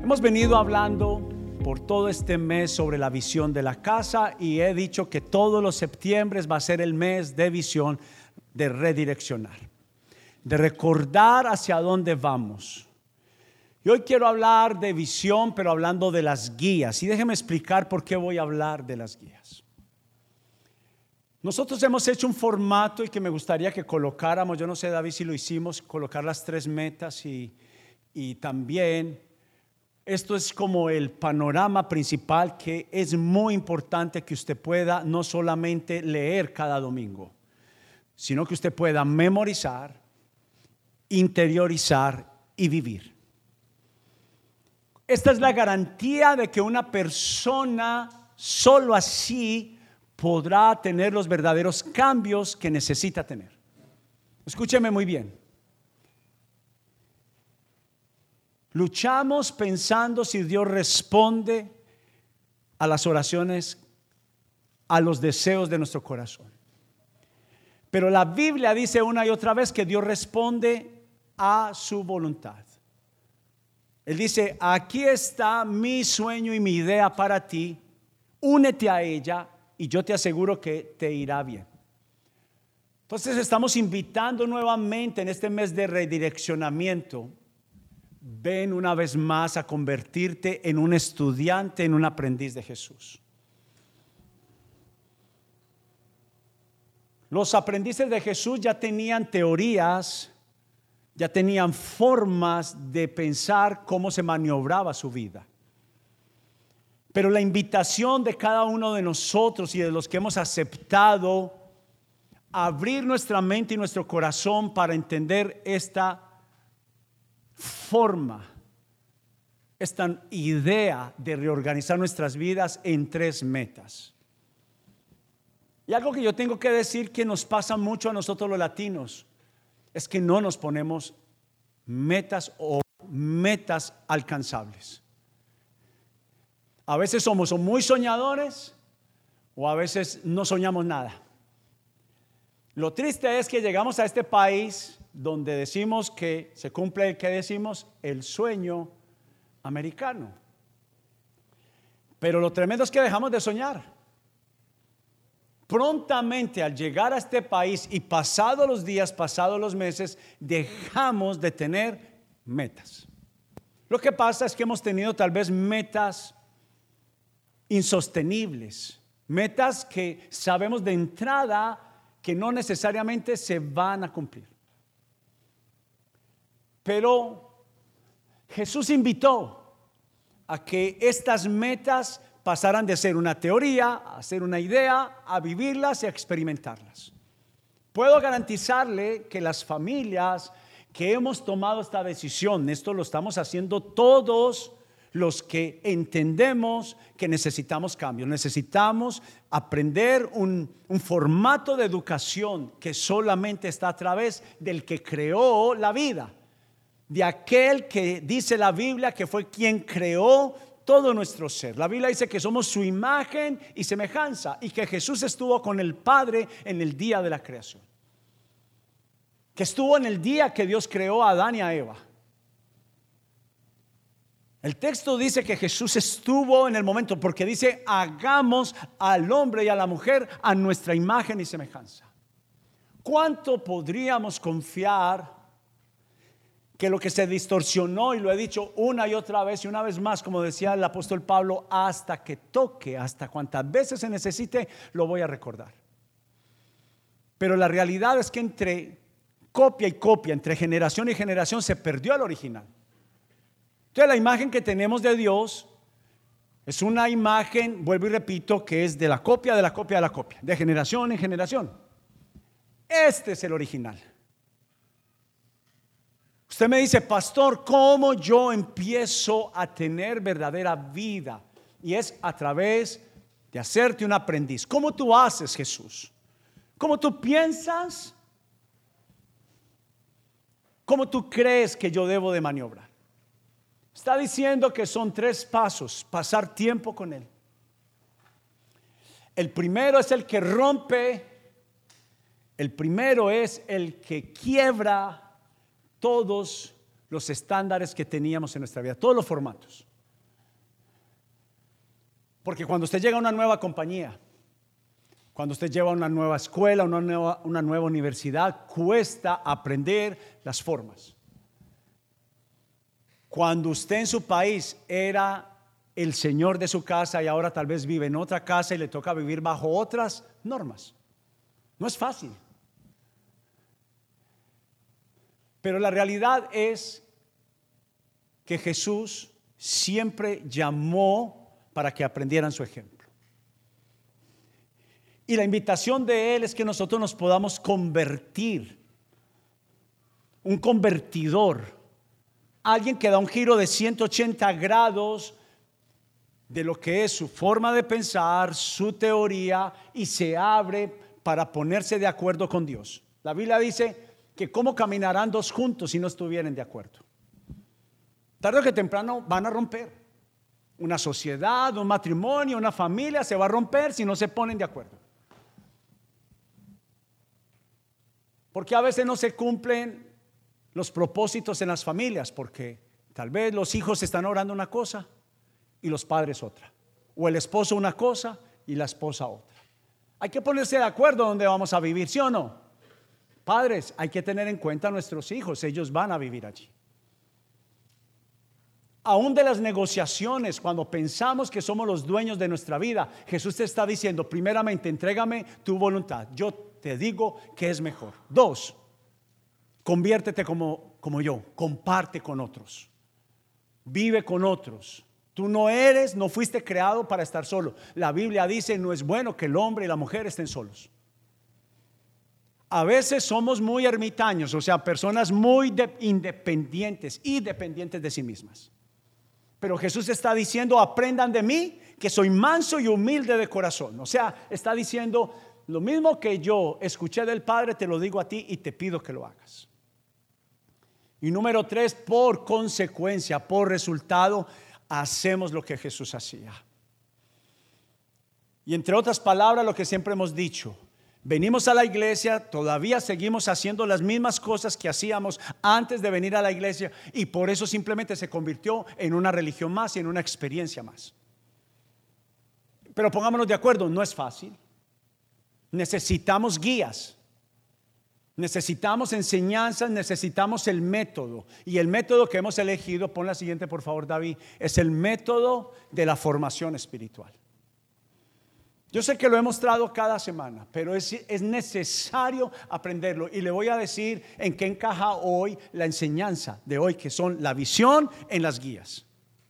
Hemos venido hablando por todo este mes sobre la visión de la casa y he dicho que todos los septiembres va a ser el mes de visión, de redireccionar, de recordar hacia dónde vamos. Y hoy quiero hablar de visión, pero hablando de las guías. Y déjeme explicar por qué voy a hablar de las guías. Nosotros hemos hecho un formato y que me gustaría que colocáramos, yo no sé David si lo hicimos, colocar las 3 metas y también esto es como el panorama principal que es muy importante que usted pueda no solamente leer cada domingo, sino que usted pueda memorizar, interiorizar y vivir. Esta es la garantía de que una persona solo así podrá tener los verdaderos cambios que necesita tener. Escúcheme muy bien. Luchamos pensando si Dios responde a las oraciones, a los deseos de nuestro corazón. Pero la Biblia dice una y otra vez que Dios responde a su voluntad. Él dice: aquí está mi sueño y mi idea para ti, únete a ella y yo te aseguro que te irá bien. Entonces estamos invitando nuevamente en este mes de redireccionamiento. Ven una vez más a convertirte en un estudiante, en un aprendiz de Jesús. Los aprendices de Jesús ya tenían teorías, ya tenían formas de pensar cómo se maniobraba su vida. Pero la invitación de cada uno de nosotros y de los que hemos aceptado abrir nuestra mente y nuestro corazón para entender esta forma, esta idea de reorganizar nuestras vidas en 3 metas. Y algo que yo tengo que decir que nos pasa mucho a nosotros los latinos es que no nos ponemos metas o metas alcanzables. A veces somos muy soñadores o a veces no soñamos nada. Lo triste es que llegamos a este país donde decimos que se cumple el que decimos, el sueño americano. Pero lo tremendo es que dejamos de soñar. Prontamente al llegar a este país y pasados los días, pasados los meses, dejamos de tener metas. Lo que pasa es que hemos tenido tal vez metas insostenibles, metas que sabemos de entrada que no necesariamente se van a cumplir. Pero Jesús invitó a que estas metas pasaran de ser una teoría a ser una idea, a vivirlas y a experimentarlas. Puedo garantizarle que las familias que hemos tomado esta decisión, esto lo estamos haciendo todos los que entendemos que necesitamos cambios, necesitamos aprender un formato de educación que solamente está a través del que creó la vida, de aquel que dice la Biblia que fue quien creó todo nuestro ser. La Biblia dice que somos su imagen y semejanza y que Jesús estuvo con el Padre en el día de la creación, que estuvo en el día que Dios creó a Adán y a Eva. El texto dice que Jesús estuvo en el momento porque dice: hagamos al hombre y a la mujer a nuestra imagen y semejanza. ¿Cuánto podríamos confiar que lo que se distorsionó, y lo he dicho una y otra vez y una vez más, como decía el apóstol Pablo, hasta que toque, hasta cuantas veces se necesite, lo voy a recordar? Pero la realidad es que entre copia y copia, entre generación y generación, se perdió el original. Entonces la imagen que tenemos de Dios es una imagen, vuelvo y repito, que es de la copia, de la copia, de la copia, de generación en generación. Este es el original. Usted me dice: pastor, ¿cómo yo empiezo a tener verdadera vida? Y es a través de hacerte un aprendiz. ¿Cómo tú haces, Jesús? ¿Cómo tú piensas? ¿Cómo tú crees que yo debo de maniobrar? Está diciendo que son 3 pasos: pasar tiempo con Él. El primero es el que rompe. El primero es el que quiebra todos los estándares que teníamos en nuestra vida, todos los formatos. Porque cuando usted llega a una nueva compañía, cuando usted lleva a una nueva escuela, una nueva universidad, cuesta aprender las formas. Cuando usted en su país era el señor de su casa y ahora tal vez vive en otra casa y le toca vivir bajo otras normas. No es fácil. Pero la realidad es que Jesús siempre llamó para que aprendieran su ejemplo. Y la invitación de Él es que nosotros nos podamos convertir, un convertidor, alguien que da un giro de 180 grados de lo que es su forma de pensar, su teoría, y se abre para ponerse de acuerdo con Dios. La Biblia dice que cómo caminarán dos juntos si no estuvieran de acuerdo. Tarde o que temprano van a romper. Una sociedad, un matrimonio, una familia se va a romper si no se ponen de acuerdo. Porque a veces no se cumplen los propósitos en las familias, porque tal vez los hijos están orando una cosa y los padres otra, o el esposo una cosa y la esposa otra. Hay que ponerse de acuerdo dónde vamos a vivir, ¿sí o no? Padres, hay que tener en cuenta a nuestros hijos, ellos van a vivir allí. Aún de las negociaciones, cuando pensamos que somos los dueños de nuestra vida, Jesús te está diciendo, primeramente, entrégame tu voluntad. Yo te digo que es mejor. 2, conviértete como yo, comparte con otros, vive con otros. Tú no fuiste creado para estar solo. La Biblia dice, no es bueno que el hombre y la mujer estén solos. A veces somos muy ermitaños, o sea, personas muy independientes y dependientes de sí mismas. Pero Jesús está diciendo, aprendan de mí, que soy manso y humilde de corazón. O sea, está diciendo, lo mismo que yo escuché del Padre, te lo digo a ti y te pido que lo hagas. Y número 3, por consecuencia, por resultado, hacemos lo que Jesús hacía. Y entre otras palabras, lo que siempre hemos dicho, venimos a la iglesia, todavía seguimos haciendo las mismas cosas que hacíamos antes de venir a la iglesia, y por eso simplemente se convirtió en una religión más y en una experiencia más. Pero pongámonos de acuerdo, no es fácil. Necesitamos guías, necesitamos enseñanzas, necesitamos el método. Y el método que hemos elegido, pon la siguiente por favor, David, es el método de la formación espiritual. Yo sé que lo he mostrado cada semana, pero es necesario aprenderlo. Y le voy a decir en qué encaja hoy la enseñanza de hoy, que son la visión en las guías.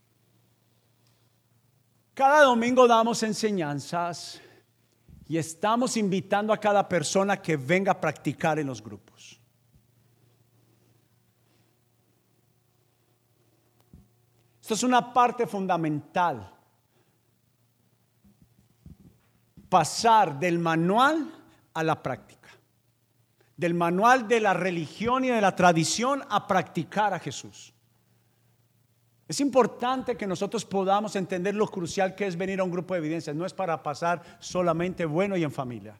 Cada domingo damos enseñanzas y estamos invitando a cada persona que venga a practicar en los grupos. Esto es una parte fundamental. Pasar del manual a la práctica, del manual de la religión y de la tradición a practicar a Jesús. Es importante que nosotros podamos entender lo crucial que es venir a un grupo de evidencias. No es para pasar solamente bueno y en familia.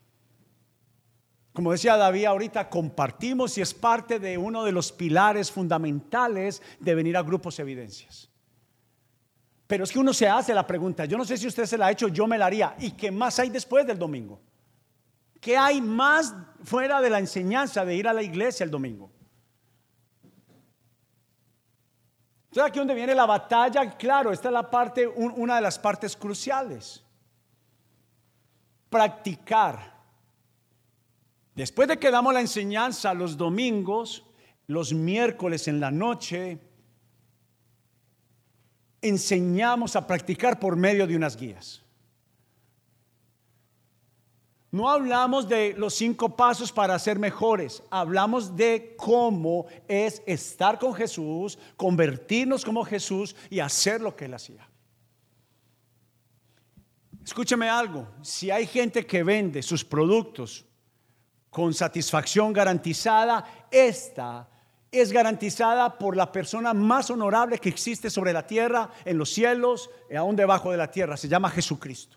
Como decía David ahorita, compartimos y es parte de uno de los pilares fundamentales de venir a grupos de evidencias. Pero es que uno se hace la pregunta, yo no sé si usted se la ha hecho, yo me la haría. ¿Y qué más hay después del domingo? ¿Qué hay más fuera de la enseñanza de ir a la iglesia el domingo? Entonces aquí donde viene la batalla, claro, esta es la parte, una de las partes cruciales. Practicar. Después de que damos la enseñanza los domingos, los miércoles en la noche, enseñamos a practicar por medio de unas guías. No hablamos de los 5 pasos para ser mejores, hablamos de cómo es estar con Jesús, convertirnos como Jesús y hacer lo que Él hacía. Escúcheme algo, si hay gente que vende sus productos con satisfacción garantizada, esta es garantizada por la persona más honorable que existe sobre la tierra, en los cielos y aún debajo de la tierra. Se llama Jesucristo.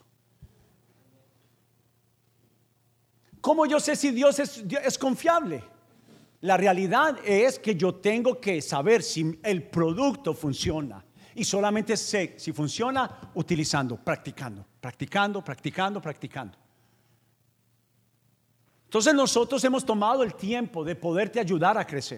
¿Cómo yo sé si Dios es confiable? La realidad es que yo tengo que saber si el producto funciona. Y solamente sé si funciona utilizando, practicando. Entonces nosotros hemos tomado el tiempo de poderte ayudar a crecer.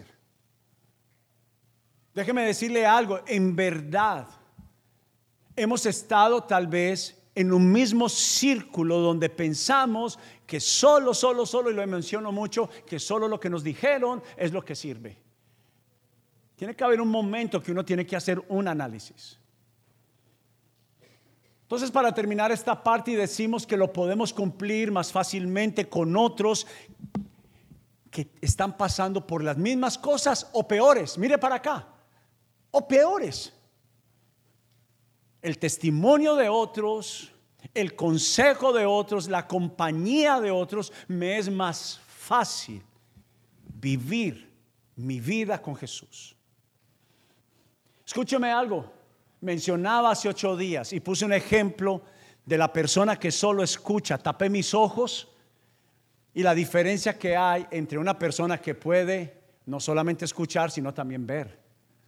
Déjeme decirle algo, en verdad hemos estado tal vez en un mismo círculo donde pensamos que solo, y lo menciono mucho, que solo lo que nos dijeron es lo que sirve. Tiene que haber un momento que uno tiene que hacer un análisis. Entonces, para terminar esta parte, y decimos que lo podemos cumplir más fácilmente con otros que están pasando por las mismas cosas o peores. Mire para acá, o peores. El testimonio de otros, el consejo de otros, la compañía de otros, me es más fácil vivir mi vida con Jesús. Escúcheme algo. Mencionaba hace 8 días y puse un ejemplo de la persona que solo escucha. Tapé mis ojos y la diferencia que hay entre una persona que puede no solamente escuchar, sino también ver.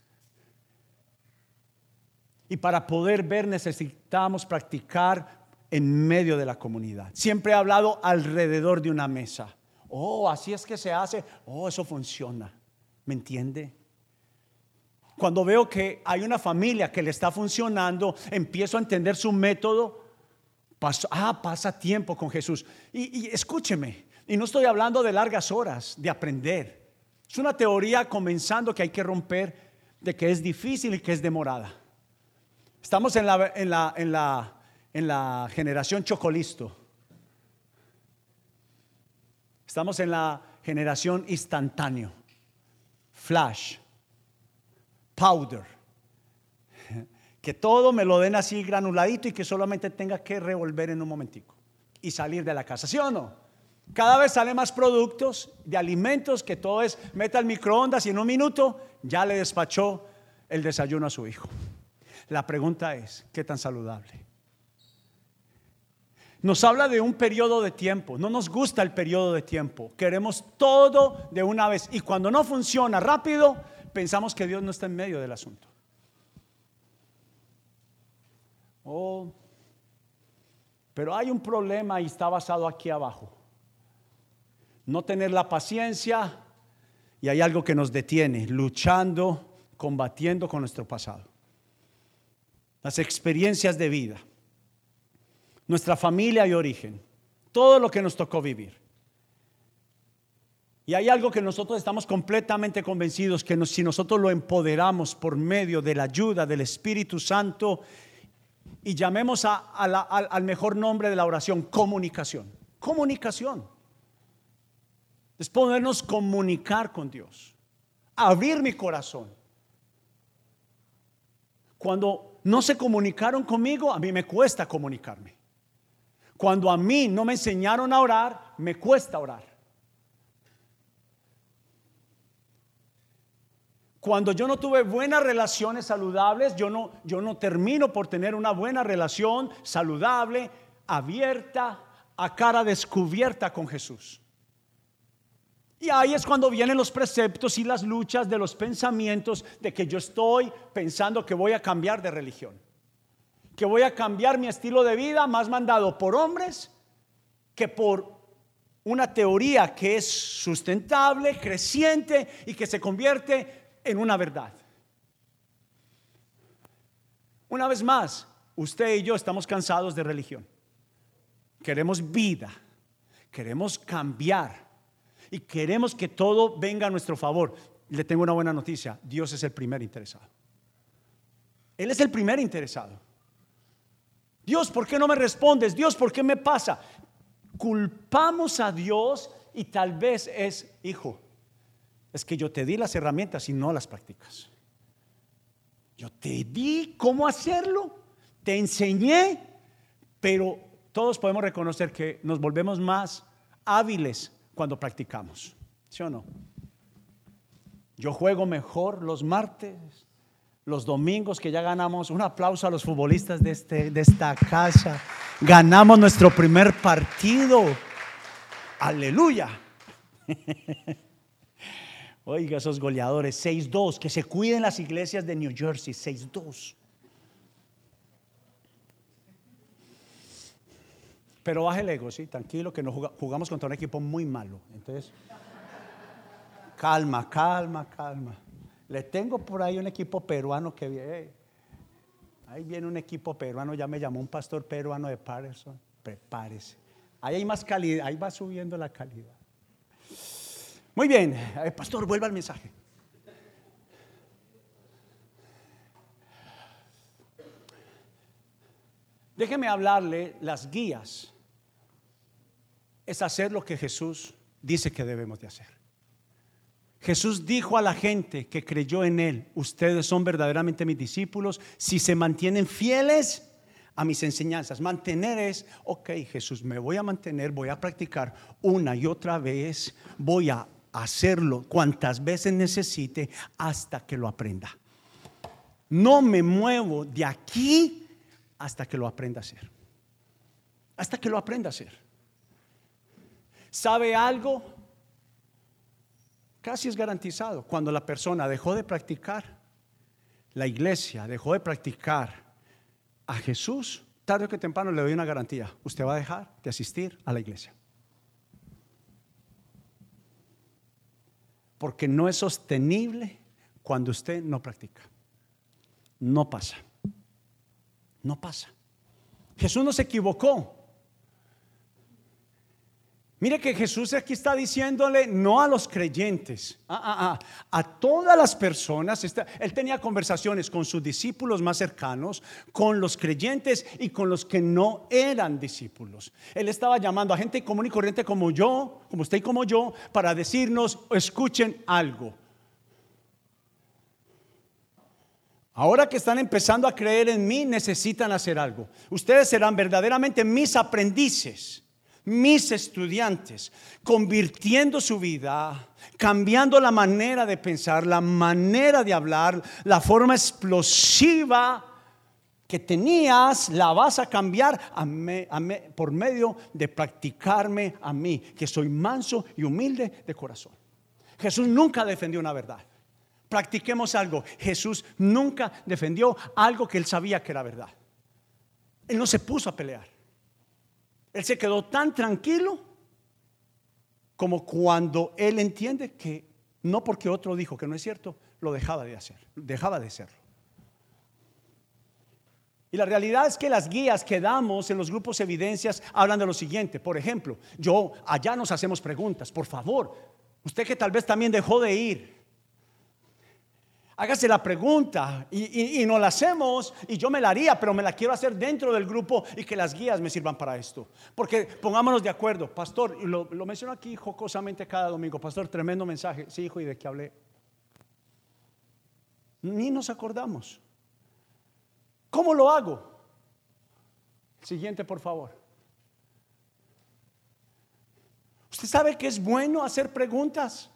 Y para poder ver necesitamos practicar en medio de la comunidad. Siempre he hablado alrededor de una mesa. Oh, así es que se hace. Oh, eso funciona. ¿Me entiende? Cuando veo que hay una familia que le está funcionando, empiezo a entender su método. Pasa tiempo con Jesús. Y escúcheme, y no estoy hablando de largas horas de aprender. Es una teoría comenzando que hay que romper, de que es difícil y que es demorada. Estamos en la generación chocolisto. Estamos en la generación instantáneo, flash, powder, que todo me lo den así granuladito y que solamente tenga que revolver en un momentico y salir de la casa, ¿sí o no? Cada vez salen más productos de alimentos que todo es meta al microondas y en un minuto ya le despachó el desayuno a su hijo. La pregunta es, ¿qué tan saludable? Nos habla de un periodo de tiempo. No nos gusta el periodo de tiempo. Queremos todo de una vez. Y cuando no funciona rápido, pensamos que Dios no está en medio del asunto. Pero hay un problema y está basado aquí abajo. No tener la paciencia, y hay algo que nos detiene, luchando, combatiendo con nuestro pasado. Las experiencias de vida, nuestra familia y origen, todo lo que nos tocó vivir. Y hay algo que nosotros estamos completamente convencidos que si nosotros lo empoderamos por medio de la ayuda del Espíritu Santo y llamemos al mejor nombre de la oración, comunicación. Es podernos comunicar con Dios, abrir mi corazón. Cuando no se comunicaron conmigo, a mí me cuesta comunicarme. Cuando a mí no me enseñaron a orar, me cuesta orar. Cuando yo no tuve buenas relaciones saludables, yo no termino por tener una buena relación saludable, abierta, a cara descubierta con Jesús. Y ahí es cuando vienen los preceptos y las luchas de los pensamientos de que yo estoy pensando que voy a cambiar de religión, que voy a cambiar mi estilo de vida más mandado por hombres que por una teoría que es sustentable, creciente y que se convierte en una verdad. Una vez más, usted y yo estamos cansados de religión. Queremos vida, queremos cambiar y queremos que todo venga a nuestro favor. Le tengo una buena noticia: Dios es el primer interesado. Él es el primer interesado. Dios, ¿por qué no me respondes? Dios, ¿por qué me pasa? Culpamos a Dios y tal vez es, hijo, es que yo te di las herramientas y no las practicas. Yo te di cómo hacerlo, te enseñé, pero todos podemos reconocer que nos volvemos más hábiles cuando practicamos, ¿sí o no? Yo juego mejor los martes, los domingos, que ya ganamos. Un aplauso a los futbolistas de esta casa. Ganamos nuestro primer partido. Aleluya. Oiga, esos goleadores, 6-2, que se cuiden las iglesias de New Jersey, 6-2. Pero baje el ego, sí, tranquilo, que no jugamos contra un equipo muy malo. Entonces, calma. Le tengo por ahí un equipo peruano que viene. Ahí viene un equipo peruano, ya me llamó un pastor peruano de Patterson. Prepárese. Ahí hay más calidad, ahí va subiendo la calidad. Muy bien, pastor, vuelva al mensaje. Déjeme hablarle las guías. Es hacer lo que Jesús dice que debemos de hacer. Jesús dijo a la gente que creyó en Él: ustedes son verdaderamente mis discípulos si se mantienen fieles a mis enseñanzas. Mantener es, ok, Jesús, me voy a mantener, voy a practicar una y otra vez, voy a hacerlo cuantas veces necesite hasta que lo aprenda. No me muevo de aquí hasta que lo aprenda a hacer. Hasta que lo aprenda a hacer. ¿Sabe algo? Casi es garantizado. Cuando la persona dejó de practicar, la iglesia dejó de practicar a Jesús, tarde o que temprano le doy una garantía: usted va a dejar de asistir a la iglesia. Porque no es sostenible cuando usted no practica. No pasa. No pasa. Jesús no se equivocó. Mire que Jesús aquí está diciéndole no a los creyentes, a todas las personas. Él tenía conversaciones con sus discípulos más cercanos, con los creyentes y con los que no eran discípulos. Él estaba llamando a gente común y corriente como yo, como usted y como yo, para decirnos: escuchen algo. Ahora que están empezando a creer en mí, necesitan hacer algo. Ustedes serán verdaderamente mis aprendices, mis estudiantes, convirtiendo su vida, cambiando la manera de pensar, la manera de hablar, la forma explosiva que tenías, la vas a cambiar por medio de practicarme a mí, que soy manso y humilde de corazón. Jesús nunca defendió una verdad. Practiquemos algo. Jesús nunca defendió algo que él sabía que era verdad. Él no se puso a pelear. Él se quedó tan tranquilo como cuando él entiende que no porque otro dijo que no es cierto, lo dejaba de hacer, dejaba de serlo. Y la realidad es que las guías que damos en los grupos Evidencias hablan de lo siguiente. Por ejemplo, allá nos hacemos preguntas. Por favor, usted que tal vez también dejó de ir, hágase la pregunta y no la hacemos, y yo me la haría, pero me la quiero hacer dentro del grupo y que las guías me sirvan para esto. Porque pongámonos de acuerdo, pastor, y lo menciono aquí jocosamente cada domingo: pastor, tremendo mensaje. Sí, hijo, ¿y de qué hablé? Ni nos acordamos. ¿Cómo lo hago? Siguiente, por favor. ¿Usted sabe que es bueno hacer preguntas?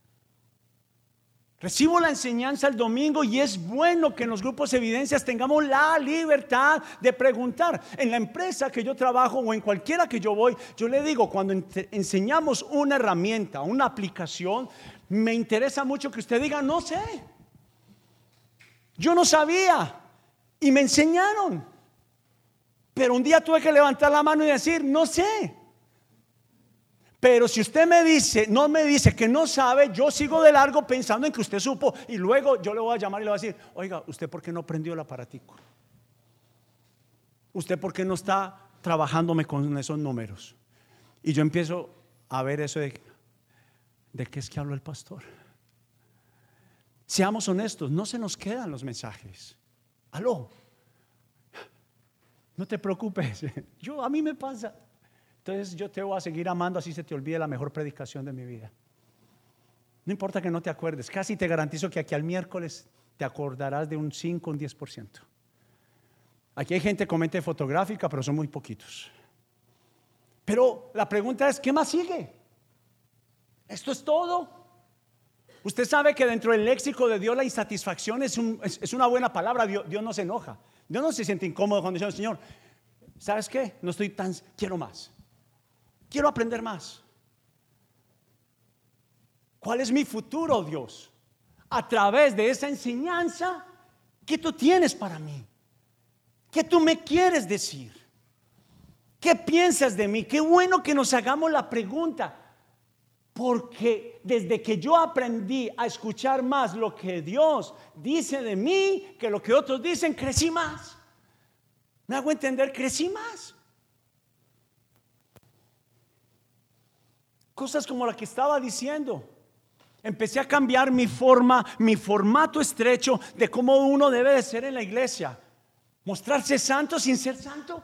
Recibo la enseñanza el domingo y es bueno que en los grupos Evidencias tengamos la libertad de preguntar. En la empresa que yo trabajo o en cualquiera que yo voy, yo le digo, cuando enseñamos una herramienta, una aplicación, me interesa mucho que usted diga: no sé, yo no sabía y me enseñaron, pero un día tuve que levantar la mano y decir: no sé. Pero si usted no me dice que no sabe, yo sigo de largo pensando en que usted supo, y luego yo le voy a llamar y le voy a decir: oiga, ¿usted por qué no prendió el aparatico? ¿Usted por qué no está trabajándome con esos números? Y yo empiezo a ver eso de qué es que habló el pastor. Seamos honestos, no se nos quedan los mensajes. Aló, no te preocupes, a mí me pasa. Entonces yo te voy a seguir amando así se te olvide la mejor predicación de mi vida. No importa que no te acuerdes, casi te garantizo que aquí al miércoles te acordarás de un 5, un 10%. Aquí hay gente con mente fotográfica, pero son muy poquitos. Pero la pregunta es: ¿qué más sigue? ¿Esto es todo? Usted sabe que dentro del léxico de Dios la insatisfacción es una buena palabra. Dios no se enoja. Dios no se siente incómodo cuando dice: Señor, ¿sabes qué? No estoy quiero más. Quiero aprender más. ¿Cuál es mi futuro, Dios? A través de esa enseñanza que tú tienes para mí. ¿Qué tú me quieres decir? ¿Qué piensas de mí? Qué bueno que nos hagamos la pregunta. Porque desde que yo aprendí a escuchar más lo que Dios dice de mí que lo que otros dicen, crecí más. ¿Me hago entender? Crecí más. Cosas como la que estaba diciendo. Empecé a cambiar mi forma, mi formato estrecho de cómo uno debe de ser en la iglesia. Mostrarse santo sin ser santo.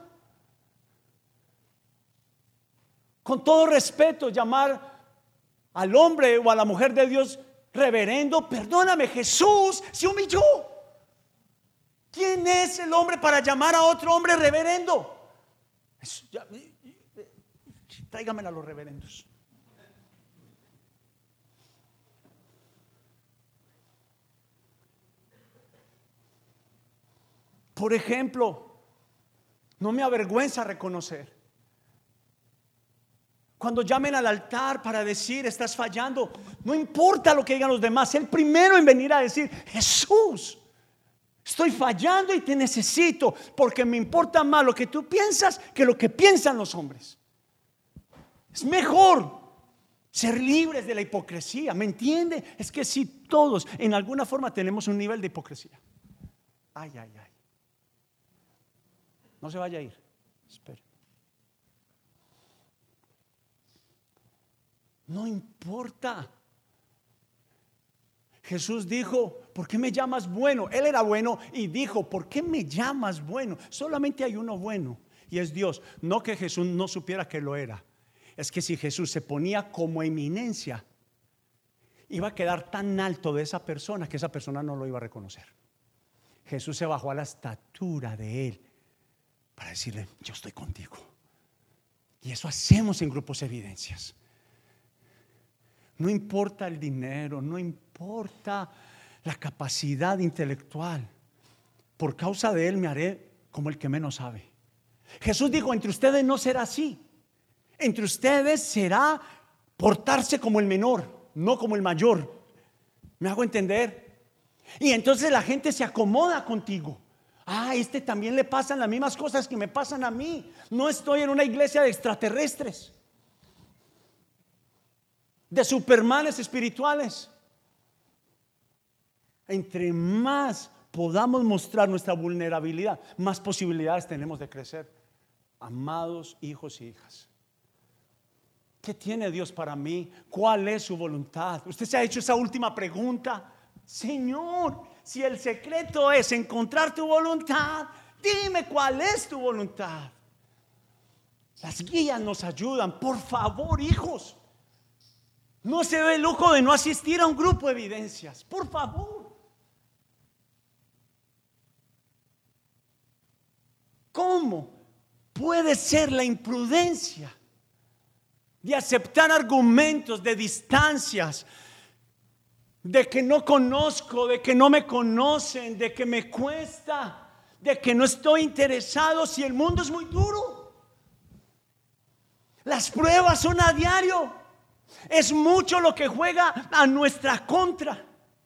Con todo respeto, llamar al hombre o a la mujer de Dios reverendo. Perdóname, Jesús se humilló. ¿Quién es el hombre para llamar a otro hombre reverendo? Tráigamela a los reverendos. Por ejemplo, no me avergüenza reconocer. Cuando llamen al altar para decir estás fallando, no importa lo que digan los demás, el primero en venir a decir: Jesús, estoy fallando y te necesito, porque me importa más lo que tú piensas que lo que piensan los hombres. Es mejor ser libres de la hipocresía, ¿me entiende? Es que si todos en alguna forma tenemos un nivel de hipocresía. Ay, ay, ay. No se vaya a ir, espere. No importa. Jesús dijo: ¿por qué me llamas bueno? Él era bueno y dijo: ¿por qué me llamas bueno? Solamente hay uno bueno y es Dios. No que Jesús no supiera que lo era. Es que si Jesús se ponía como eminencia, iba a quedar tan alto de esa persona que esa persona no lo iba a reconocer. Jesús se bajó a la estatura de él para decirle: yo estoy contigo. Y eso hacemos en Grupos Evidencias. No importa el dinero, no importa la capacidad intelectual. Por causa de él me haré como el que menos sabe. Jesús dijo: entre ustedes no será así. Entre ustedes será portarse como el menor, no como el mayor. ¿Me hago entender? Y entonces la gente se acomoda contigo. Este también le pasan las mismas cosas que me pasan a mí. No estoy en una iglesia de extraterrestres, de supermanes espirituales. Entre más podamos mostrar nuestra vulnerabilidad, más posibilidades tenemos de crecer. Amados hijos y hijas, ¿qué tiene Dios para mí? ¿Cuál es su voluntad? ¿Usted se ha hecho esa última pregunta? Señor, si el secreto es encontrar tu voluntad, dime cuál es tu voluntad. Las guías nos ayudan. Por favor, hijos, no se dé el lujo de no asistir a un grupo de evidencias. Por favor. ¿Cómo puede ser la imprudencia de aceptar argumentos de distancias, de que no conozco, de que no me conocen, de que me cuesta, de que no estoy interesado, si el mundo es muy duro? Las pruebas son a diario. Es mucho lo que juega a nuestra contra.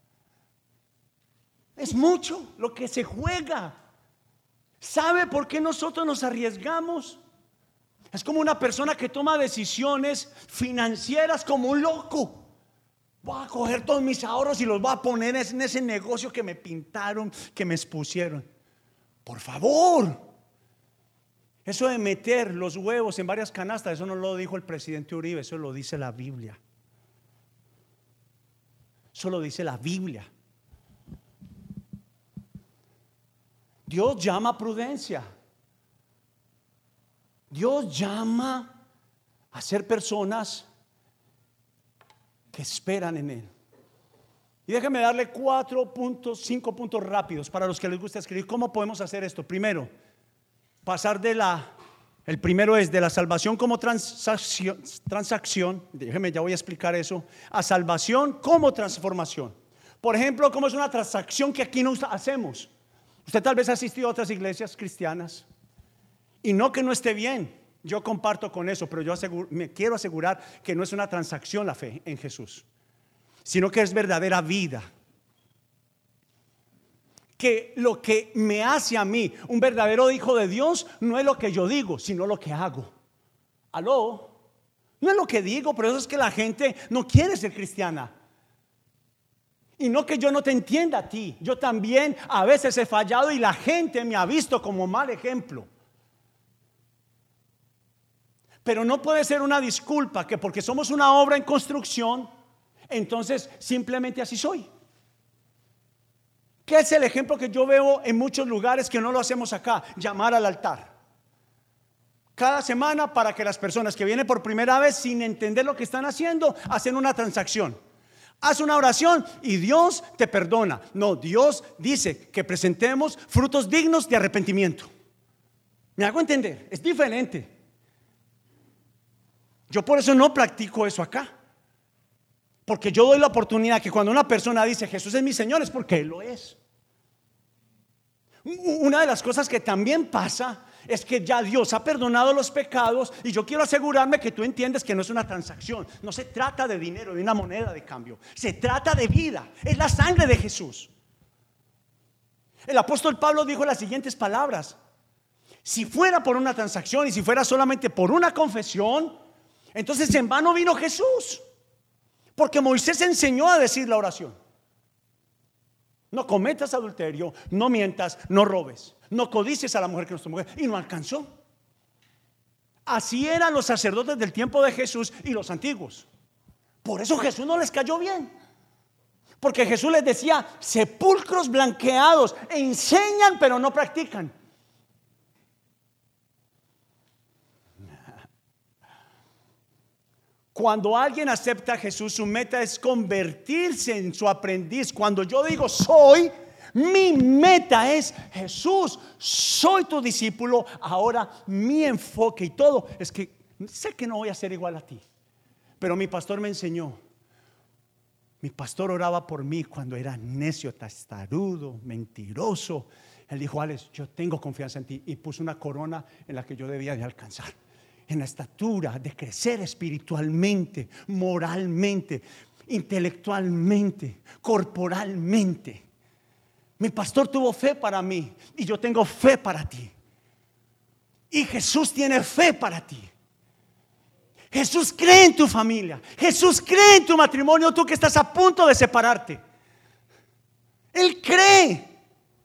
Es mucho lo que se juega. ¿Sabe por qué nosotros nos arriesgamos? Es como una persona que toma decisiones financieras como un loco. Voy a coger todos mis ahorros y los voy a poner en ese negocio que me pintaron, que me expusieron. Por favor. Eso de meter los huevos en varias canastas, eso no lo dijo el presidente Uribe, eso lo dice la Biblia. Eso lo dice la Biblia. Dios llama a prudencia. Dios llama a ser personas que esperan en Él. Y déjame darle 5 puntos rápidos para los que les gusta escribir. ¿Cómo podemos hacer esto? Primero, pasar el primero es de la salvación como transacción. Déjeme, ya voy a explicar eso. A salvación como transformación. Por ejemplo, ¿cómo es una transacción que aquí no hacemos? Usted tal vez ha asistido a otras iglesias cristianas, y no que no esté bien, yo comparto con eso, pero yo me quiero asegurar que no es una transacción la fe en Jesús, sino que es verdadera vida. que lo que me hace a mí un verdadero hijo de Dios no es lo que yo digo, sino lo que hago. ¿Aló? No es lo que digo, pero eso es que la gente no quiere ser cristiana. Y no que yo no te entienda a ti, yo también a veces he fallado y la gente me ha visto como mal ejemplo. Pero no puede ser una disculpa que porque somos una obra en construcción, entonces simplemente así soy. ¿Qué es el ejemplo que yo veo en muchos lugares que no lo hacemos acá? Llamar al altar. Cada semana, para que las personas que vienen por primera vez sin entender lo que están haciendo, hacen una transacción. Haz una oración y Dios te perdona. No, Dios dice que presentemos frutos dignos de arrepentimiento. ¿Me hago entender? Es diferente. Yo por eso no practico eso acá. Porque yo doy la oportunidad que cuando una persona dice Jesús es mi Señor, es porque Él lo es. Una de las cosas que también pasa es que ya Dios ha perdonado los pecados y yo quiero asegurarme que tú entiendes que no es una transacción. No se trata de dinero, de una moneda de cambio. Se trata de vida. Es la sangre de Jesús. El apóstol Pablo dijo las siguientes palabras: si fuera por una transacción y si fuera solamente por una confesión, entonces en vano vino Jesús. Porque Moisés enseñó a decir la oración: no cometas adulterio, no mientas, no robes, no codicies a la mujer que no es tu mujer. Y no alcanzó. Así eran los sacerdotes del tiempo de Jesús y los antiguos. Por eso Jesús no les cayó bien. Porque Jesús les decía: sepulcros blanqueados, enseñan pero no practican. Cuando alguien acepta a Jesús, su meta es convertirse en su aprendiz. Cuando yo digo soy, mi meta es Jesús, soy tu discípulo. Ahora mi enfoque y todo es que sé que no voy a ser igual a ti, pero mi pastor me enseñó. Mi pastor oraba por mí cuando era necio, testarudo, mentiroso. Él dijo: Alex, yo tengo confianza en ti. Y puso una corona en la que yo debía de alcanzar, en la estatura de crecer espiritualmente, moralmente, intelectualmente, corporalmente. Mi pastor tuvo fe para mí y yo tengo fe para ti. Y Jesús tiene fe para ti. Jesús cree en tu familia. Jesús cree en tu matrimonio, tú que estás a punto de separarte. Él cree.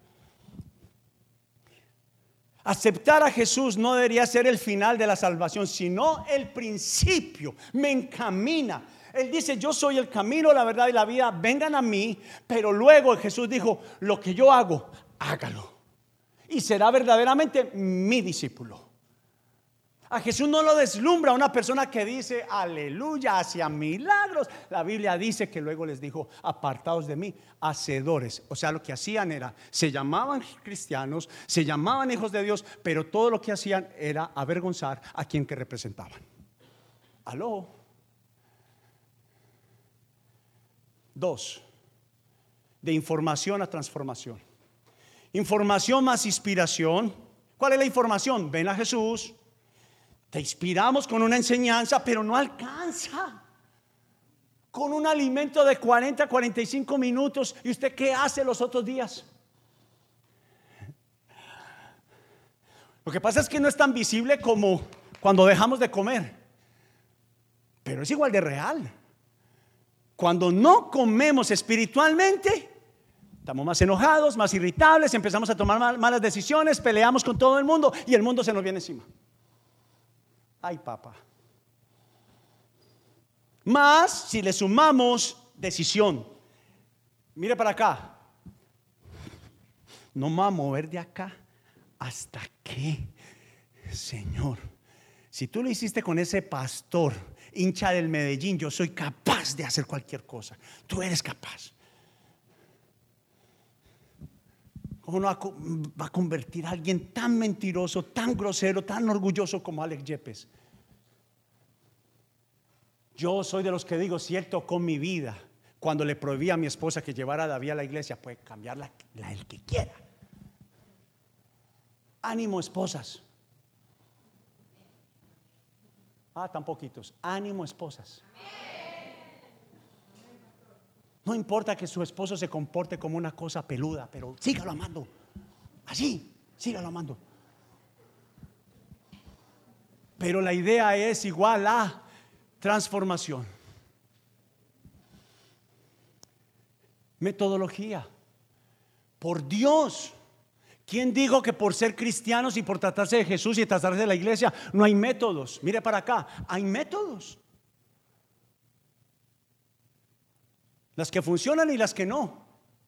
Aceptar a Jesús no debería ser el final de la salvación, sino el principio. Me encamina. Él dice: yo soy el camino, la verdad y la vida, vengan a mí. Pero luego Jesús dijo: lo que yo hago, hágalo, y será verdaderamente mi discípulo. A Jesús no lo deslumbra una persona que dice aleluya, hacia milagros. La Biblia dice que luego les dijo: apartados de mí, hacedores. O sea, lo que hacían era, se llamaban cristianos, se llamaban hijos de Dios, pero todo lo que hacían era avergonzar a quien que representaban. Aló. 2. De información a transformación. Información más inspiración. ¿Cuál es la información? Ven a Jesús. Te inspiramos con una enseñanza, pero no alcanza. Con un alimento de 40 a 45 minutos. ¿Y usted qué hace los otros días? Lo que pasa es que no es tan visible como cuando dejamos de comer, pero es igual de real. Cuando no comemos espiritualmente, estamos más enojados, más irritables, empezamos a tomar malas decisiones, peleamos con todo el mundo y el mundo se nos viene encima. Ay, papá. Más si le sumamos decisión. Mire para acá. No me voy a mover de acá hasta que, Señor, si tú lo hiciste con ese pastor hincha del Medellín, yo soy capaz de hacer cualquier cosa. Tú eres capaz. ¿Cómo no va a convertir a alguien tan mentiroso, tan grosero, tan orgulloso como Alex Yepes? Yo soy de los que digo: si él tocó mi vida cuando le prohibí a mi esposa que llevara a David a la iglesia, puede cambiarla el que quiera. Ánimo, esposas. Tan poquitos. Ánimo, esposas. No importa que su esposo se comporte como una cosa peluda, pero sígalo amando. Así, sígalo amando. Pero la idea es igual a transformación. Metodología. Por Dios, ¿quién dijo que por ser cristianos y por tratarse de Jesús y tratarse de la iglesia no hay métodos? Mire para acá, hay métodos. Las que funcionan y las que no.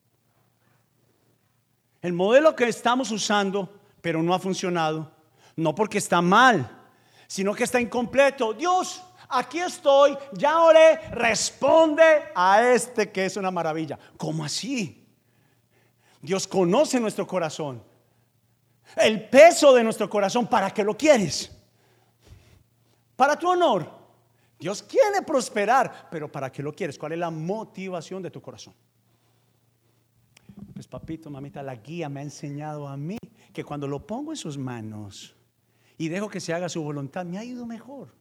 El modelo que estamos usando, pero no ha funcionado, no porque está mal, sino que está incompleto. Dios, aquí estoy, ya oré, responde a este que es una maravilla. ¿Cómo así? Dios conoce nuestro corazón, el peso de nuestro corazón. ¿Para qué lo quieres? Para tu honor. Dios quiere prosperar, pero ¿para qué lo quieres? ¿Cuál es la motivación de tu corazón? Pues papito, mamita, la guía me ha enseñado a mí que cuando lo pongo en sus manos y dejo que se haga su voluntad, me ha ido mejor.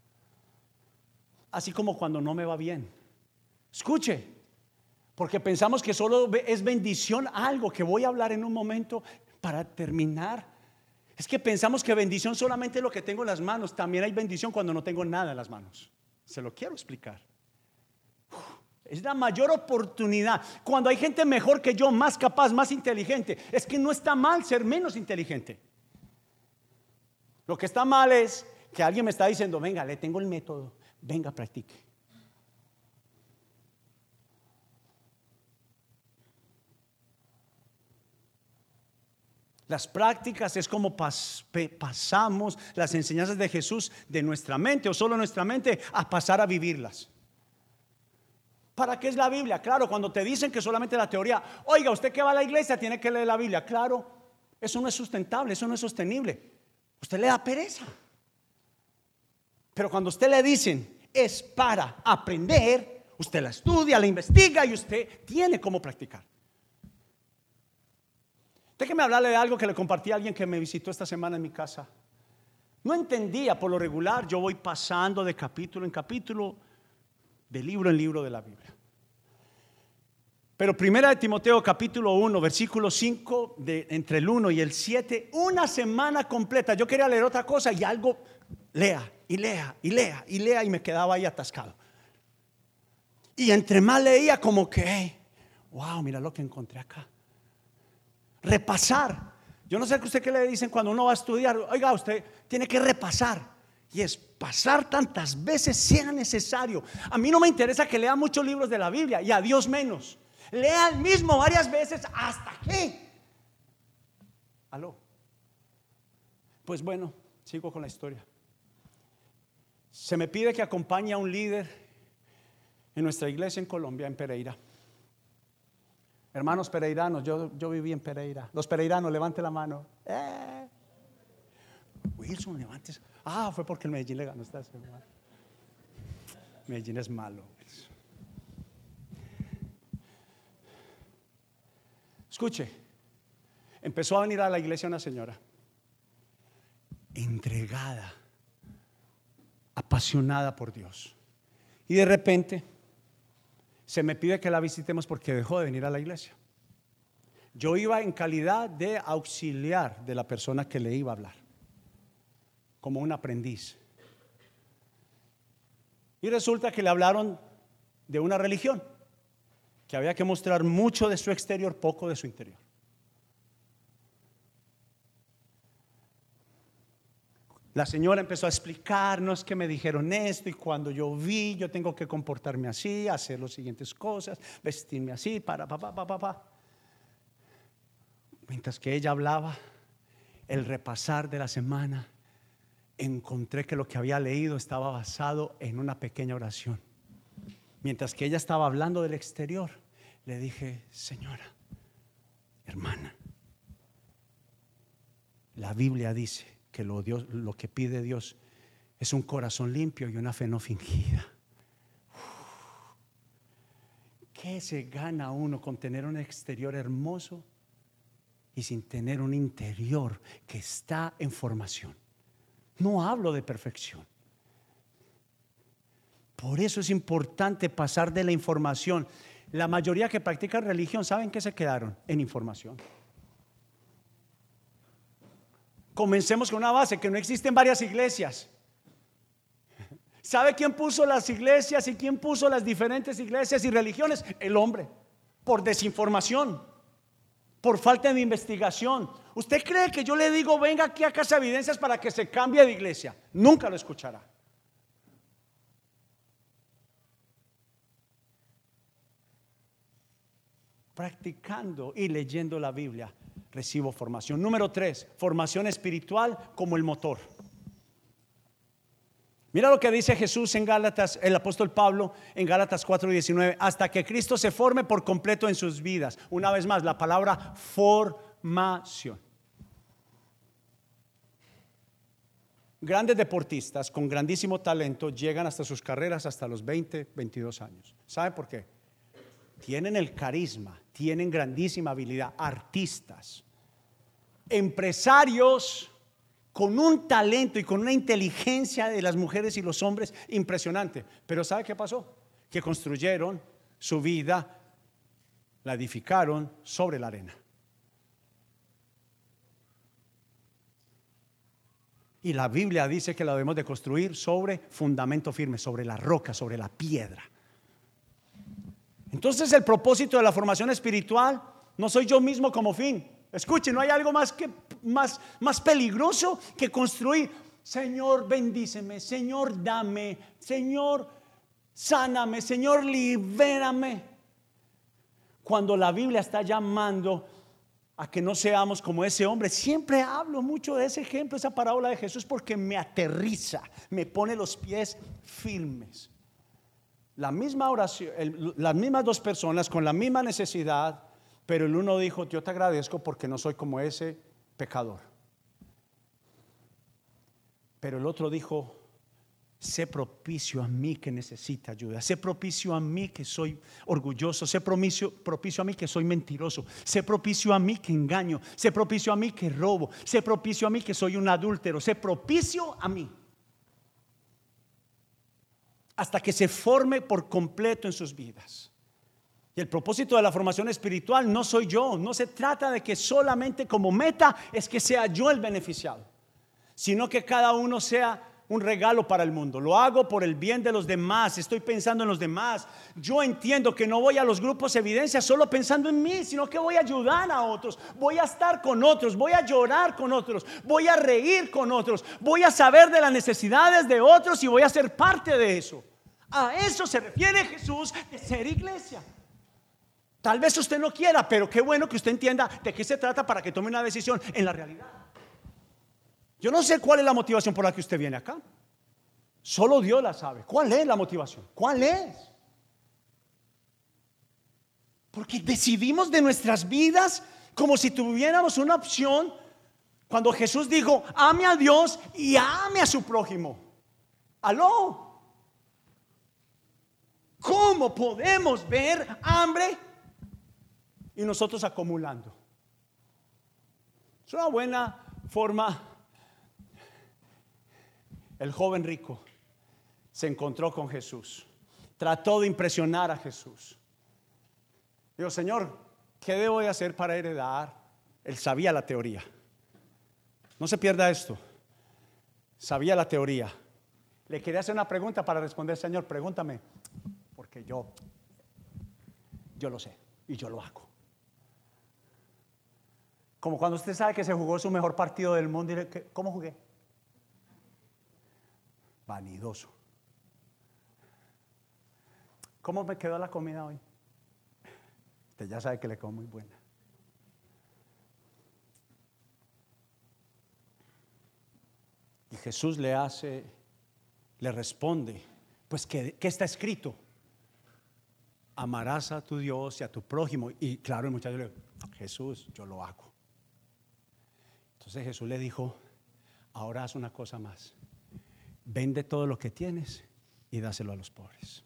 Así como cuando no me va bien. Escuche, porque pensamos que solo es bendición algo que voy a hablar en un momento para terminar. Es que pensamos que bendición solamente es lo que tengo en las manos. También hay bendición cuando no tengo nada en las manos. Se lo quiero explicar. Es la mayor oportunidad. Cuando hay gente mejor que yo, más capaz, más inteligente, es que no está mal ser menos inteligente. Lo que está mal es que alguien me está diciendo: venga, le tengo el método, venga, practique. Las prácticas es como pasamos las enseñanzas de Jesús de nuestra mente, o solo nuestra mente, a pasar a vivirlas. ¿Para qué es la Biblia? Claro, cuando te dicen que solamente la teoría, oiga, usted que va a la iglesia tiene que leer la Biblia. Claro, eso no es sustentable, eso no es sostenible. Usted le da pereza. Pero cuando usted le dicen es para aprender, usted la estudia, la investiga y usted tiene cómo practicar. Déjeme hablarle de algo que le compartí a alguien que me visitó esta semana en mi casa. No entendía, por lo regular yo voy pasando de capítulo en capítulo, de libro en libro de la Biblia. Pero primera de Timoteo capítulo 1 versículo 5, entre el 1 y el 7, una semana completa. Yo quería leer otra cosa y algo lea y me quedaba ahí atascado. Y entre más leía como que wow, mira lo que encontré acá. Repasar. Yo no sé a usted qué le dicen cuando uno va a estudiar. Oiga, usted tiene que repasar. Y es pasar tantas veces sea necesario. A mí no me interesa que lea muchos libros de la Biblia, y a Dios menos. Lea el mismo varias veces hasta que. ¿Aló? Pues bueno, sigo con la historia. Se me pide que acompañe a un líder en nuestra iglesia en Colombia, en Pereira. Hermanos pereiranos, yo viví en Pereira. Los pereiranos, levante la mano. Wilson, levantes. Fue porque el Medellín le ganó esta semana. Medellín es malo. Escuche, empezó a venir a la iglesia una señora entregada, apasionada por Dios. Y de repente se me pide que la visitemos porque dejó de venir a la iglesia. Yo iba en calidad de auxiliar de la persona que le iba a hablar, como un aprendiz. Y resulta que le hablaron de una religión, que había que mostrar mucho de su exterior, poco de su interior. La señora empezó a explicarnos que me dijeron esto, y cuando yo vi, yo tengo que comportarme así, hacer las siguientes cosas, vestirme así, para. Mientras que ella hablaba, el repasar de la semana, encontré que lo que había leído estaba basado en una pequeña oración. Mientras que ella estaba hablando del exterior, le dije: señora, hermana, la Biblia dice que lo que pide Dios es un corazón limpio y una fe no fingida. ¿Qué se gana uno con tener un exterior hermoso y sin tener un interior que está en formación? No hablo de perfección. Por eso es importante pasar de la información. La mayoría que practican religión, ¿saben qué se quedaron? En información. Comencemos con una base, que no existen varias iglesias. ¿Sabe quién puso las iglesias y quién puso las diferentes iglesias y religiones? El hombre, por desinformación, por falta de investigación. ¿Usted cree que yo le digo venga aquí a Casa Evidencias para que se cambie de iglesia? Nunca lo escuchará. Practicando y leyendo la Biblia recibo formación. Número 3, formación espiritual como el motor. Mira lo que dice Jesús en Gálatas, el apóstol Pablo en Gálatas 4:19, hasta que Cristo se forme por completo en sus vidas. Una vez más, la palabra formación. Grandes deportistas con grandísimo talento llegan hasta sus carreras hasta los 20, 22 años. ¿Sabe por qué? Tienen el carisma, tienen grandísima habilidad. Artistas, empresarios con un talento y con una inteligencia de las mujeres y los hombres impresionante. Pero ¿sabe qué pasó? Que construyeron su vida, la edificaron sobre la arena. Y la Biblia dice que la debemos de construir sobre fundamento firme, sobre la roca, sobre la piedra. Entonces el propósito de la formación espiritual no soy yo mismo como fin. Escuchen, no hay algo más peligroso que construir. Señor, bendíceme, Señor, dame, Señor, sáname, Señor, libérame. Cuando la Biblia está llamando a que no seamos como ese hombre. Siempre hablo mucho de ese ejemplo, esa parábola de Jesús, porque me aterriza, me pone los pies firmes. La misma oración, las mismas dos personas con la misma necesidad, pero el uno dijo: yo te agradezco porque no soy como ese pecador. Pero el otro dijo: sé propicio a mí que necesita ayuda, sé propicio a mí que soy orgulloso, sé propicio a mí que soy mentiroso, sé propicio a mí que engaño, sé propicio a mí que robo, sé propicio a mí que soy un adúltero, sé propicio a mí. Hasta que se forme por completo en sus vidas. Y el propósito de la formación espiritual no soy yo, no se trata de que solamente como meta es que sea yo el beneficiado, sino que cada uno sea un regalo para el mundo. Lo hago por el bien de los demás, estoy pensando en los demás. Yo entiendo que no voy a los grupos Evidencia solo pensando en mí, sino que voy a ayudar a otros, voy a estar con otros, voy a llorar con otros, voy a reír con otros, voy a saber de las necesidades de otros y voy a ser parte de eso. A eso se refiere Jesús de ser iglesia. Tal vez usted no quiera, pero qué bueno que usted entienda de qué se trata para que tome una decisión en la realidad. Yo no sé cuál es la motivación por la que usted viene acá. Solo Dios la sabe. ¿Cuál es la motivación? ¿Cuál es? Porque decidimos de nuestras vidas como si tuviéramos una opción. Cuando Jesús dijo: ame a Dios y ame a su prójimo. ¿Aló? ¿Cómo podemos ver hambre y nosotros acumulando? Es una buena forma. El joven rico se encontró con Jesús, trató de impresionar a Jesús. Dijo: Señor, ¿qué debo de hacer para heredar? Él sabía la teoría. No se pierda esto. Sabía la teoría. Le quería hacer una pregunta para responder: Señor, pregúntame, porque yo lo sé y yo lo hago. Como cuando usted sabe que se jugó su mejor partido del mundo y le, ¿cómo jugué? Vanidoso. ¿Cómo me quedó la comida hoy? Usted ya sabe que le como muy buena. Y Jesús le responde: pues ¿qué está escrito? Amarás a tu Dios y a tu prójimo. Y claro, el muchacho le dijo: Jesús, yo lo hago. Entonces Jesús le dijo: ahora haz una cosa más. Vende todo lo que tienes y dáselo a los pobres.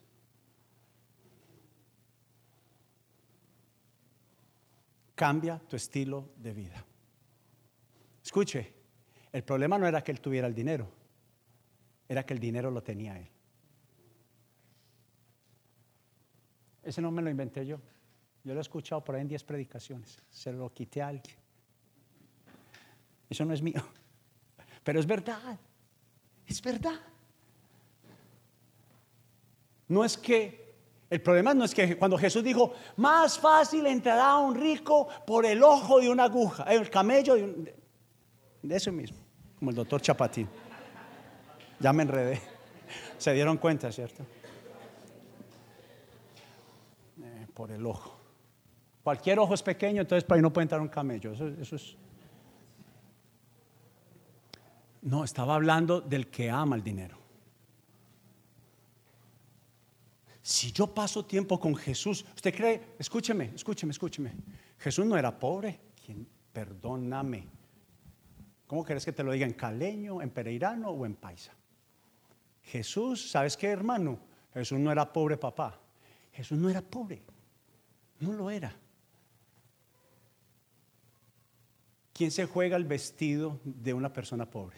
Cambia tu estilo de vida. Escuche, el problema no era que él tuviera el dinero, era que el dinero lo tenía él. Ese no me lo inventé yo. Yo lo he escuchado por ahí en 10 predicaciones. Se lo quité a alguien. Eso no es mío. Pero es verdad. Es verdad. No es que, el problema no es que cuando Jesús dijo, más fácil entrará un rico por el ojo de una aguja, el camello de eso mismo, como el doctor Chapatín. Ya me enredé. Se dieron cuenta, ¿cierto? Por el ojo. Cualquier ojo es pequeño, entonces para ahí no puede entrar un camello. Eso es. No, estaba hablando del que ama el dinero. Si yo paso tiempo con Jesús, ¿usted cree? Escúcheme. Jesús no era pobre. Perdóname. ¿Cómo querés que te lo diga? ¿En caleño, en pereirano o en paisa? Jesús, ¿sabes qué, hermano? Jesús no era pobre, papá. Jesús no era pobre. No lo era. ¿Quién se juega el vestido de una persona pobre?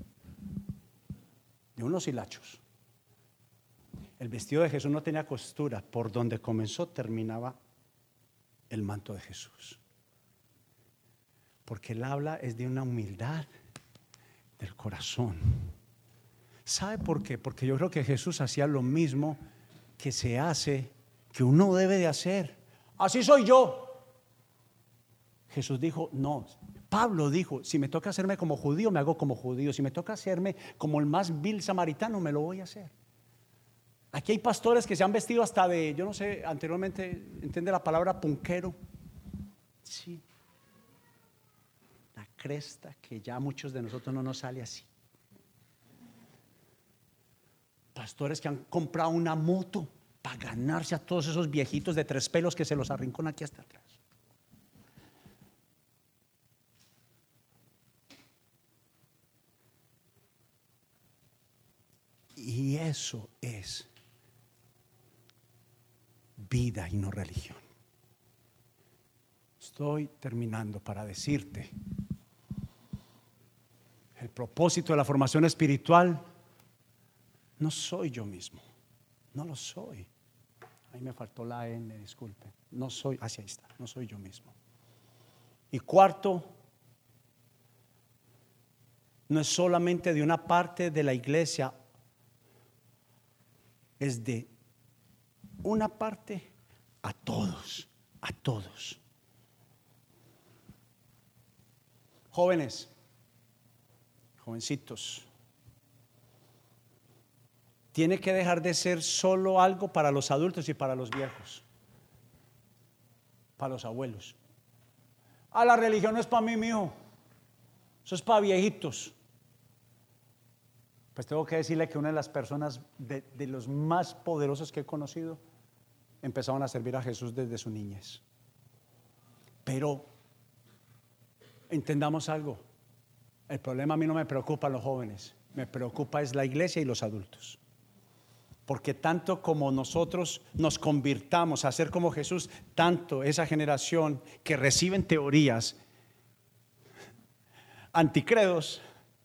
De unos hilachos. El vestido de Jesús no tenía costura. Por donde comenzó terminaba el manto de Jesús. Porque él habla es de una humildad del corazón. ¿Sabe por qué? Porque yo creo que Jesús hacía lo mismo que se hace, que uno debe de hacer. Así soy yo. Jesús dijo, no. Pablo dijo, si me toca hacerme como judío, me hago como judío. Si me toca hacerme como el más vil samaritano, me lo voy a hacer. Aquí hay pastores que se han vestido hasta de, yo no sé, anteriormente, ¿entiende la palabra punquero? Sí. La cresta que ya a muchos de nosotros no nos sale así. Pastores que han comprado una moto para ganarse a todos esos viejitos de 3 pelos que se los arrinconan aquí hasta atrás. Y eso es vida y no religión. Estoy terminando para decirte, el propósito de la formación espiritual no soy yo mismo, no lo soy. Ahí me faltó la N, disculpe. No soy, así ahí está, no soy yo mismo. Y cuarto, no es solamente de una parte de la iglesia, es de una parte a todos, a todos. Jóvenes, jovencitos, tiene que dejar de ser solo algo para los adultos y para los viejos, para los abuelos. La religión no es para mí, mijo, eso es para viejitos. Pues tengo que decirle que una de las personas de los más poderosos que he conocido empezaron a servir a Jesús desde su niñez. Pero entendamos algo, el problema a mí no me preocupa los jóvenes, me preocupa es la iglesia y los adultos. Porque tanto como nosotros nos convirtamos a ser como Jesús, tanto esa generación que reciben teorías anticredos,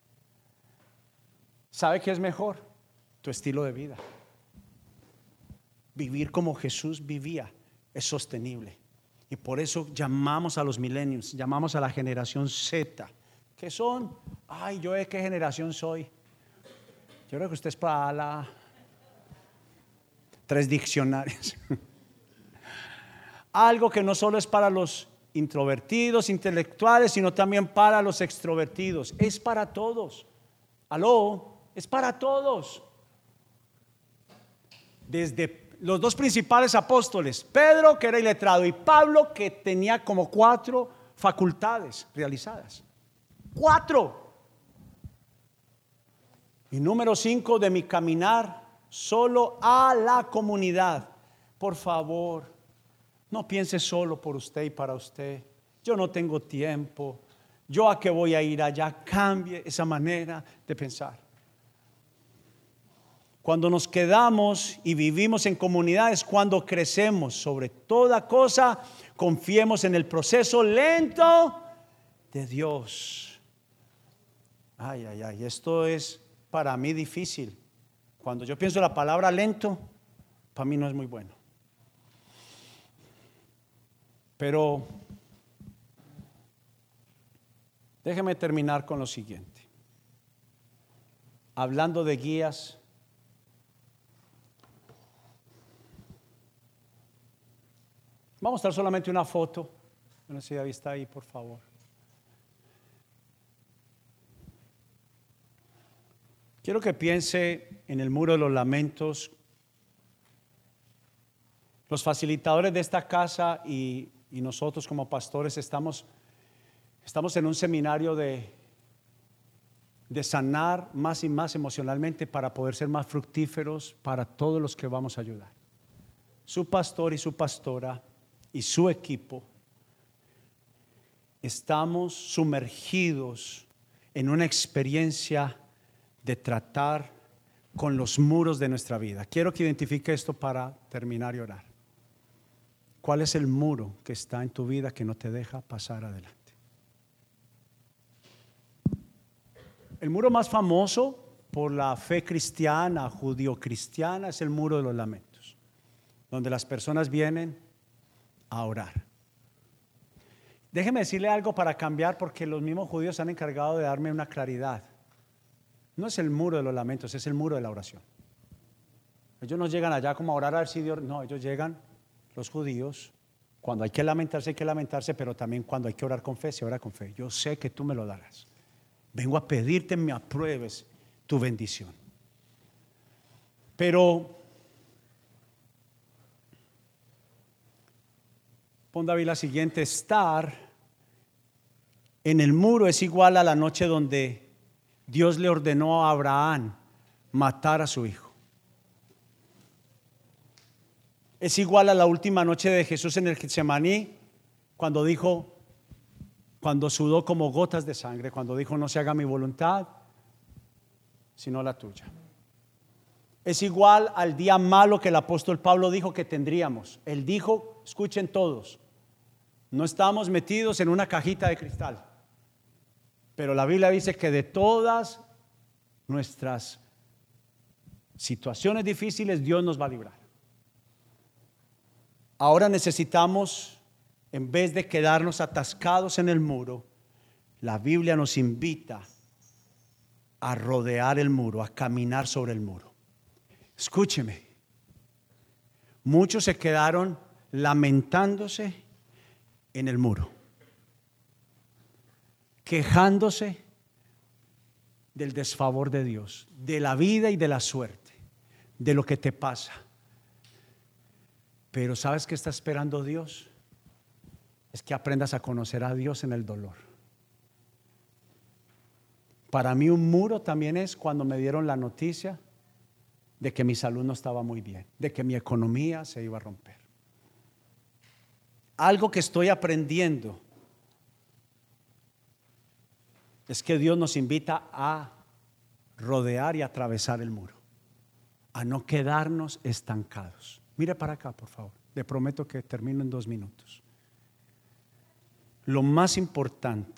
¿sabe qué es mejor? Tu estilo de vida. Vivir como Jesús vivía es sostenible. Y por eso llamamos a los millennials, llamamos a la generación Z, que son, yo de qué generación soy. Yo creo que usted es para la 3 diccionarios. Algo que no solo es para los introvertidos, intelectuales, sino también para los extrovertidos. Es para todos. Aló, es para todos. Desde los 2 principales apóstoles, Pedro, que era iletrado, y Pablo, que tenía como 4 facultades realizadas. 4. Y número 5 de mi caminar solo a la comunidad. Por favor, no piense solo por usted y para usted. Yo no tengo tiempo. Yo a qué voy a ir allá. Cambie esa manera de pensar. Cuando nos quedamos y vivimos en comunidades, cuando crecemos, sobre toda cosa, confiemos en el proceso lento de Dios. Esto es para mí difícil. Cuando yo pienso la palabra lento, para mí no es muy bueno. Pero déjeme terminar con lo siguiente. Hablando de guías, vamos a mostrar solamente una foto. No sé si ahí está ahí, por favor. Quiero que piense en el muro de los lamentos. Los facilitadores de esta casa y nosotros como pastores estamos en un seminario de sanar más y más emocionalmente para poder ser más fructíferos para todos los que vamos a ayudar. Su pastor y su pastora y su equipo estamos sumergidos en una experiencia de tratar con los muros de nuestra vida. Quiero que identifique esto para terminar y orar. ¿Cuál es el muro que está en tu vida que no te deja pasar adelante? El muro más famoso por la fe cristiana, judío-cristiana, es el muro de los lamentos, donde las personas vienen a orar. Déjeme decirle algo para cambiar, porque los mismos judíos se han encargado de darme una claridad. No es el muro de los lamentos, es el muro de la oración. Ellos no llegan allá como a orar a ver si Dios. No, ellos llegan, los judíos, cuando hay que lamentarse, pero también cuando hay que orar con fe, se ora con fe. Yo sé que tú me lo darás. Vengo a pedirte me apruebes tu bendición. Pero pon David la siguiente: estar en el muro es igual a la noche donde Dios le ordenó a Abraham matar a su hijo. Es igual a la última noche de Jesús en el Getsemaní, cuando sudó como gotas de sangre, cuando dijo: no se haga mi voluntad, sino la tuya. Es igual al día malo que el apóstol Pablo dijo que tendríamos. Él dijo, escuchen todos, no estamos metidos en una cajita de cristal, pero la Biblia dice que de todas nuestras situaciones difíciles Dios nos va a librar. Ahora necesitamos, en vez de quedarnos atascados en el muro, la Biblia nos invita a rodear el muro, a caminar sobre el muro. Escúcheme, muchos se quedaron lamentándose en el muro, quejándose del desfavor de Dios, de la vida y de la suerte, de lo que te pasa. Pero ¿sabes qué está esperando Dios? Es que aprendas a conocer a Dios en el dolor. Para mí un muro también es cuando me dieron la noticia de que mi salud no estaba muy bien, de que mi economía se iba a romper. Algo que estoy aprendiendo es que Dios nos invita a rodear y atravesar el muro, a no quedarnos estancados. Mire para acá, por favor. Le prometo que termino en 2 minutos. Lo más importante,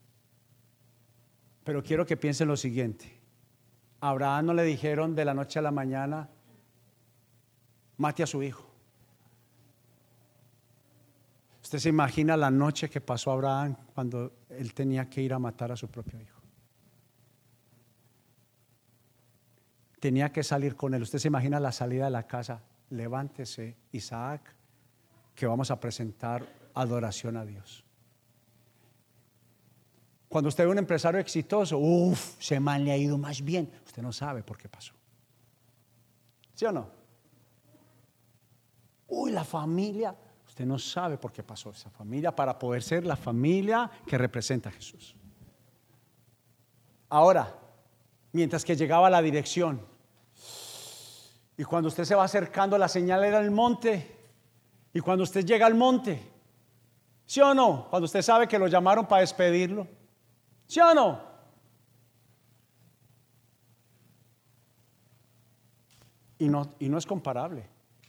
pero quiero que piensen lo siguiente: a Abraham no le dijeron de la noche a la mañana, mate a su hijo. Usted se imagina la noche que pasó Abraham cuando él tenía que ir a matar a su propio hijo. Tenía que salir con él. Usted se imagina la salida de la casa: levántese, Isaac, que vamos a presentar adoración a Dios. Cuando usted ve un empresario exitoso, ese man le ha ido más bien. Usted no sabe por qué pasó. ¿Sí o no? La familia. Usted no sabe por qué pasó esa familia para poder ser la familia que representa a Jesús. Ahora, mientras que llegaba la dirección, y cuando usted se va acercando, la señal era el monte. Y cuando usted llega al monte, ¿sí o no? Cuando usted sabe que lo llamaron para despedirlo, ¿sí o no? Y no es comparable.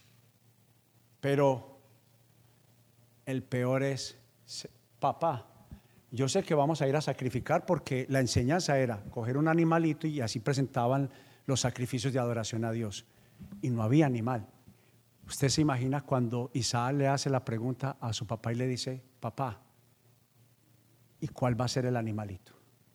Pero el peor es: papá, yo sé que vamos a ir a sacrificar, porque la enseñanza era coger un animalito y así presentaban los sacrificios de adoración a Dios. Y no había animal. Usted se imagina cuando Isaac le hace la pregunta a su papá y le dice: papá, ¿y cuál va a ser el animalito?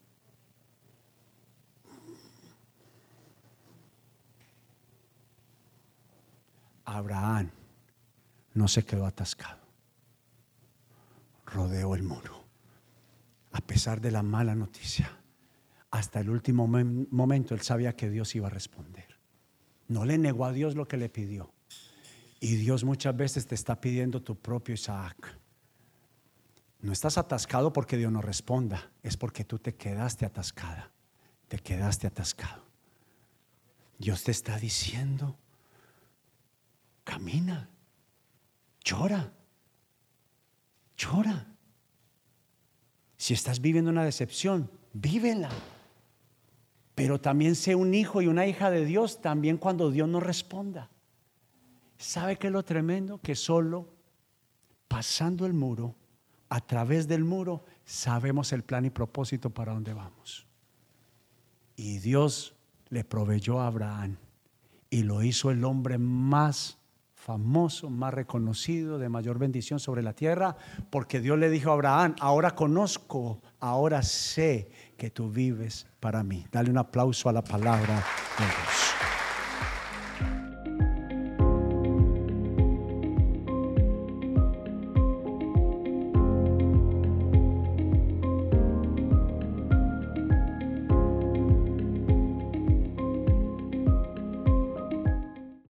Abraham no se quedó atascado, rodeó el muro. A pesar de la mala noticia, hasta el último momento él sabía que Dios iba a responder. No le negó a Dios lo que le pidió. Y Dios muchas veces te está pidiendo tu propio Isaac. No estás atascado porque Dios no responda, es porque tú te quedaste atascada, te quedaste atascado. Dios te está diciendo: camina, llora, llora. Si estás viviendo una decepción, vívela. Pero también sé un hijo y una hija de Dios también cuando Dios no responda. ¿Sabe qué es lo tremendo? Que solo pasando el muro, a través del muro, sabemos el plan y propósito para dónde vamos. Y Dios le proveyó a Abraham y lo hizo el hombre más famoso, más reconocido, de mayor bendición sobre la tierra, porque Dios le dijo a Abraham: ahora conozco, ahora sé que tú vives para mí. Dale un aplauso a la palabra de Dios.